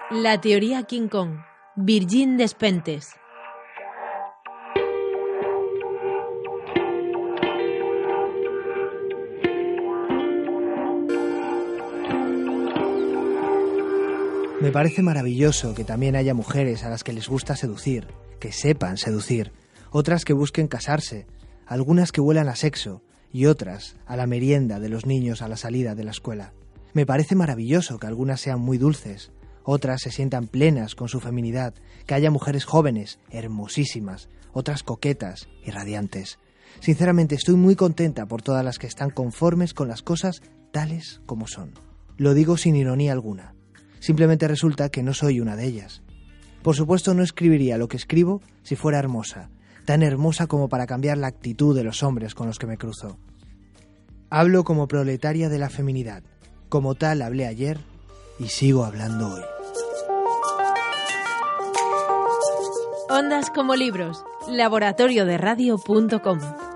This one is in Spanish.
La teoría King Kong, Virgin Despentes. Me parece maravilloso que también haya mujeres a las que les gusta seducir, que sepan seducir, otras que busquen casarse, algunas que huelan a sexo y otras a la merienda de los niños a la salida de la escuela. Me parece maravilloso que algunas sean muy dulces, otras se sientan plenas con su feminidad, que haya mujeres jóvenes, hermosísimas, otras coquetas y radiantes. Sinceramente estoy muy contenta por todas las que están conformes con las cosas tales como son. Lo digo sin ironía alguna. Simplemente resulta que no soy una de ellas. Por supuesto no escribiría lo que escribo si fuera hermosa, tan hermosa como para cambiar la actitud de los hombres con los que me cruzo. Hablo como proletaria de la feminidad, como tal hablé ayer y sigo hablando hoy. Ondas como libros, laboratorioderadio.com.